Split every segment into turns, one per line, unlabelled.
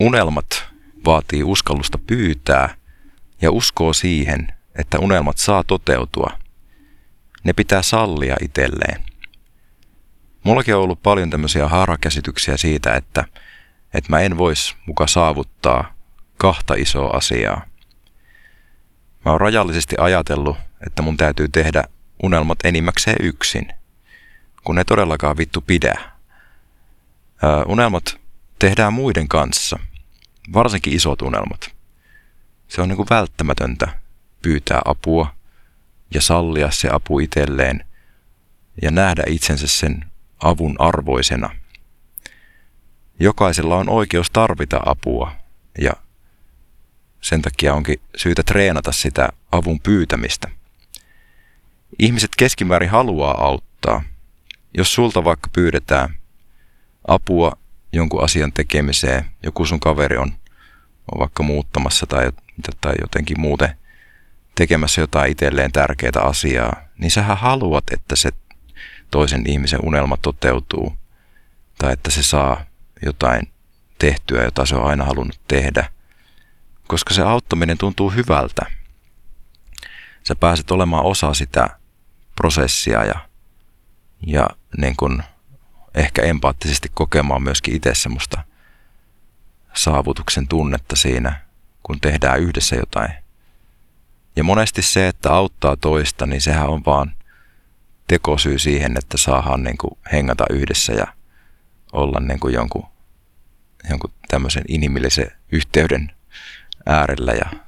unelmat vaatii uskallusta pyytää ja uskoo siihen, että unelmat saa toteutua. Ne pitää sallia itselleen. Mullakin on ollut paljon tämmöisiä harhakäsityksiä siitä, että mä en vois muka saavuttaa kahta isoa asiaa. Mä oon rajallisesti ajatellut, että mun täytyy tehdä unelmat enimmäkseen yksin, kun ne todellakaan vittu pidä. Unelmat tehdään muiden kanssa, varsinkin isot unelmat. Se on niin kuin välttämätöntä pyytää apua ja sallia se apu itselleen ja nähdä itsensä sen avun arvoisena. Jokaisella on oikeus tarvita apua ja sen takia onkin syytä treenata sitä avun pyytämistä. Ihmiset keskimäärin haluaa auttaa. Jos sulta vaikka pyydetään apua jonkun asian tekemiseen, joku sun kaveri on vaikka muuttamassa tai jotenkin muuten tekemässä jotain itselleen tärkeää asiaa, niin sähän haluat, että se toisen ihmisen unelma toteutuu tai että se saa jotain tehtyä, jota se on aina halunnut tehdä, koska se auttaminen tuntuu hyvältä. Sä pääset olemaan osa sitä prosessia ja niin kun ehkä empaattisesti kokemaan myöskin itse semmoista saavutuksen tunnetta siinä, kun tehdään yhdessä jotain. Ja monesti se, että auttaa toista, niin sehän on vaan tekosyy siihen, että saadaan niin kuin hengata yhdessä ja olla niin kuin jonkun tämmöisen inhimillisen yhteyden äärellä.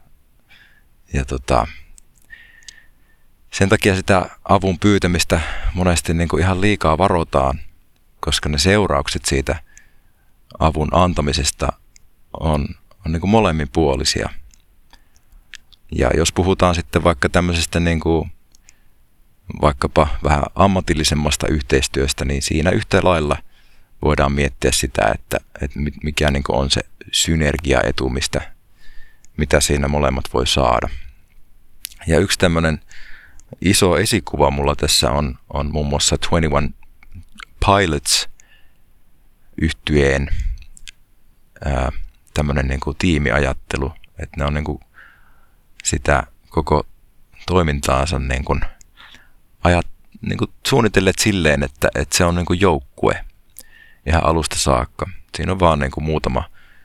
Sen takia sitä avun pyytämistä monesti niin kuin ihan liikaa varotaan, koska ne seuraukset siitä avun antamisesta on niin kuin molemminpuolisia. Ja jos puhutaan sitten vaikka tämmöisestä niin kuin vaikkapa vähän ammatillisemmasta yhteistyöstä, niin siinä yhtä lailla voidaan miettiä sitä, että mikä niin kuin on se synergiaetu, mitä siinä molemmat voi saada. Ja yksi tämmöinen iso esikuva mulla tässä on muun muassa 21 Pilots -yhtyeen tämmöinen niin kuin tiimiajattelu, että ne on niin kuin sitä koko toimintaansa niin kuin suunnitelleet silleen, että se on niin kuin joukkue ihan alusta saakka. Siinä on vaan niin kuin muutama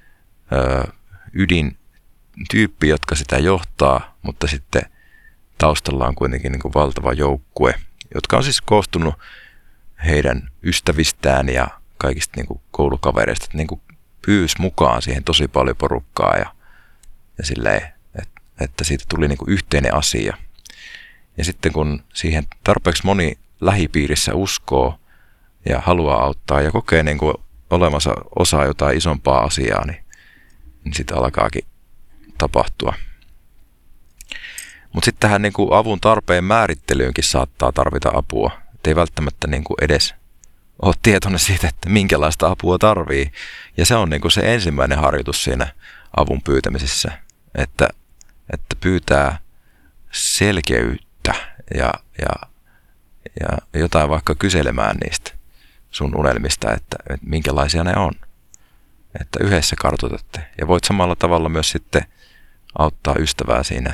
ydintyyppi, jotka sitä johtaa, mutta sitten taustalla on kuitenkin niin kuin valtava joukkue, jotka on siis koostunut heidän ystävistään ja kaikista niin kuin koulukavereista, että niin kuin pyysi mukaan siihen tosi paljon porukkaa ja silleen, että siitä tuli niin kuin yhteinen asia. Ja sitten kun siihen tarpeeksi moni lähipiirissä uskoo ja haluaa auttaa ja kokee niin kuin olevansa osa jotain isompaa asiaa, niin sitten alkaakin tapahtua. Mutta sitten tähän niin kuin avun tarpeen määrittelyynkin saattaa tarvita apua. Et ei välttämättä niin kuin edes ole tietoinen siitä, että minkälaista apua tarvii. Ja se on niin kuin se ensimmäinen harjoitus siinä avun pyytämisessä, että pyytää selkeyttä ja jotain vaikka kyselemään niistä sun unelmista, että minkälaisia ne on. Että yhdessä kartoitatte. Ja voit samalla tavalla myös sitten auttaa ystävää siinä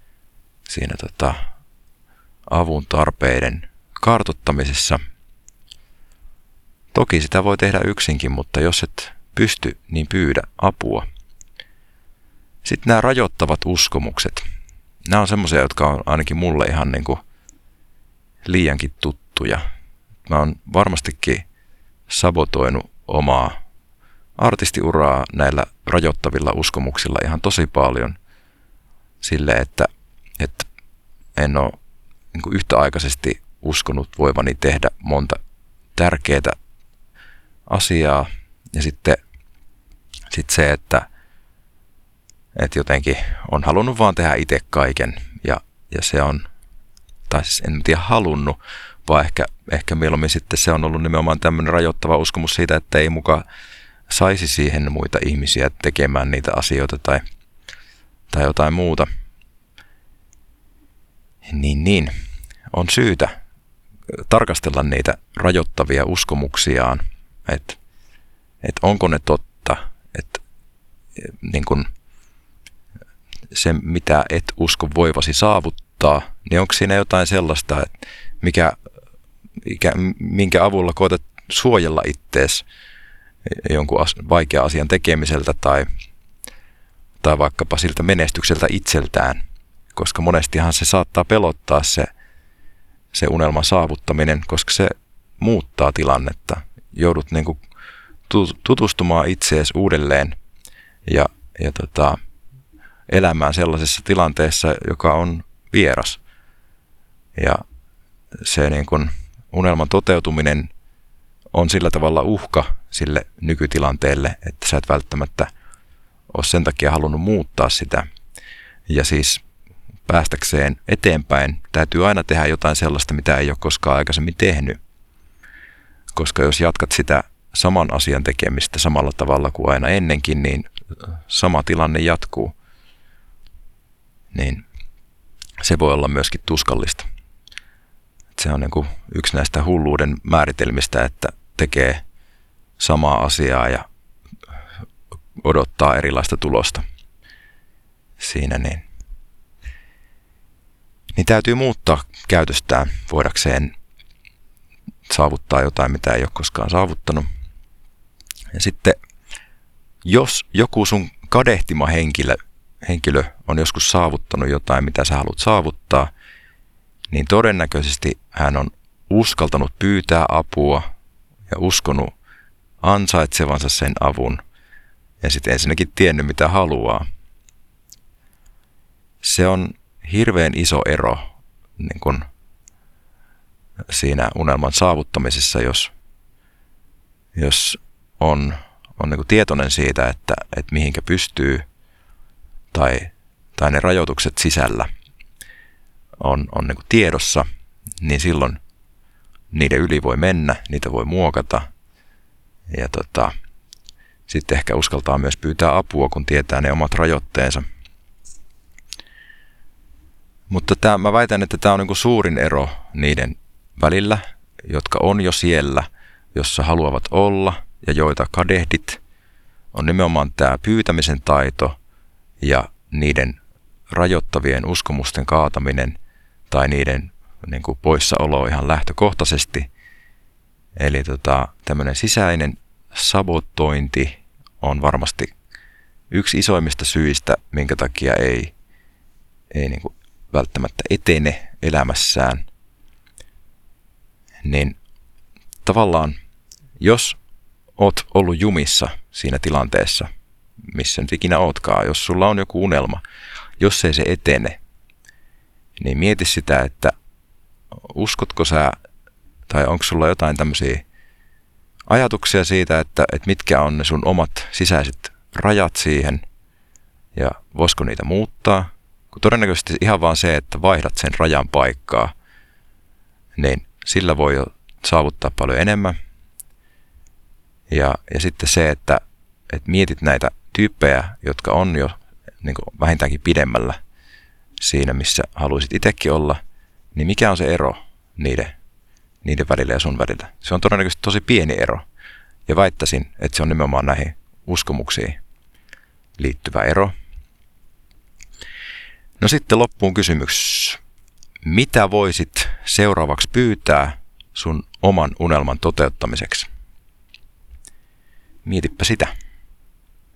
avun tarpeiden kartoittamisessa. Toki sitä voi tehdä yksinkin, mutta jos et pysty, niin pyydä apua. Sitten nämä rajoittavat uskomukset. Nämä on semmoisia, jotka on ainakin mulle ihan niin kuin liiankin tuttuja. Mä oon varmastikin sabotoinut omaa artistiuraa näillä rajoittavilla uskomuksilla ihan tosi paljon sille, että en ole niin kuin yhtäaikaisesti uskonut voivani tehdä monta tärkeää asiaa ja sitten se, että jotenkin on halunnut vaan tehdä itse kaiken ja se on, tai siis en tiedä halunnut, vaan ehkä mieluummin sitten se on ollut nimenomaan tämmöinen rajoittava uskomus siitä, että ei muka saisi siihen muita ihmisiä tekemään niitä asioita tai jotain muuta. Niin, on syytä tarkastella niitä rajoittavia uskomuksiaan, että onko ne totta, se, mitä et usko voivasi saavuttaa, niin onko siinä jotain sellaista, että minkä avulla koetat suojella ittees jonkun vaikean asian tekemiseltä tai vaikkapa siltä menestykseltä itseltään, koska monestihan se saattaa pelottaa se unelman saavuttaminen, koska se muuttaa tilannetta. Joudut niin kuin tutustumaan itseesi uudelleen ja elämään sellaisessa tilanteessa, joka on vieras. Ja se niin kuin unelman toteutuminen on sillä tavalla uhka sille nykytilanteelle, että sä et välttämättä ole sen takia halunnut muuttaa sitä. Ja siis päästäkseen eteenpäin täytyy aina tehdä jotain sellaista, mitä ei ole koskaan aikaisemmin tehnyt. Koska jos jatkat sitä saman asian tekemistä samalla tavalla kuin aina ennenkin, niin sama tilanne jatkuu. Niin se voi olla myöskin tuskallista. Se on niin kuin yksi näistä hulluuden määritelmistä, että tekee samaa asiaa ja odottaa erilaista tulosta siinä. Niin täytyy muuttaa käytöstään voidakseen saavuttaa jotain, mitä ei ole koskaan saavuttanut. Ja sitten, jos joku sun kadehtima henkilö on joskus saavuttanut jotain, mitä sä haluat saavuttaa, niin todennäköisesti hän on uskaltanut pyytää apua ja uskonut ansaitsevansa sen avun ja sitten ensinnäkin tiennyt, mitä haluaa. Se on hirveän iso ero niin kun siinä unelman saavuttamisessa, jos on niin kuin tietoinen siitä, että mihinkä pystyy tai ne rajoitukset sisällä on niin kuin tiedossa, niin silloin niiden yli voi mennä, niitä voi muokata ja sitten ehkä uskaltaa myös pyytää apua, kun tietää ne omat rajoitteensa. Mutta mä väitän, että tämä on niin kuin suurin ero niiden välillä, jotka on jo siellä, jossa haluavat olla ja joita kadehdit, on nimenomaan tämä pyytämisen taito ja niiden rajoittavien uskomusten kaataminen tai niiden niin kuin poissaolo ihan lähtökohtaisesti. Eli tämmöinen sisäinen sabotointi on varmasti yksi isoimmista syistä, minkä takia ei niin kuin välttämättä etene elämässään. Niin tavallaan, jos oot ollut jumissa siinä tilanteessa, missä nyt ikinä ootkaan, jos sulla on joku unelma, jos ei se etene, niin mieti sitä, että uskotko sä, tai onko sulla jotain tämmöisiä ajatuksia siitä, että mitkä on ne sun omat sisäiset rajat siihen, ja voisiko niitä muuttaa, kun todennäköisesti ihan vaan se, että vaihdat sen rajan paikkaa, niin sillä voi jo saavuttaa paljon enemmän. Ja sitten se, että mietit näitä tyyppejä, jotka on jo niin kuin vähintäänkin pidemmällä siinä, missä haluaisit itsekin olla, niin mikä on se ero niiden välillä ja sun välillä? Se on todennäköisesti tosi pieni ero. Ja väittäisin, että se on nimenomaan näihin uskomuksiin liittyvä ero. No sitten loppuun kysymys. Mitä voisit seuraavaksi pyytää sun oman unelman toteuttamiseksi? Mietipä sitä.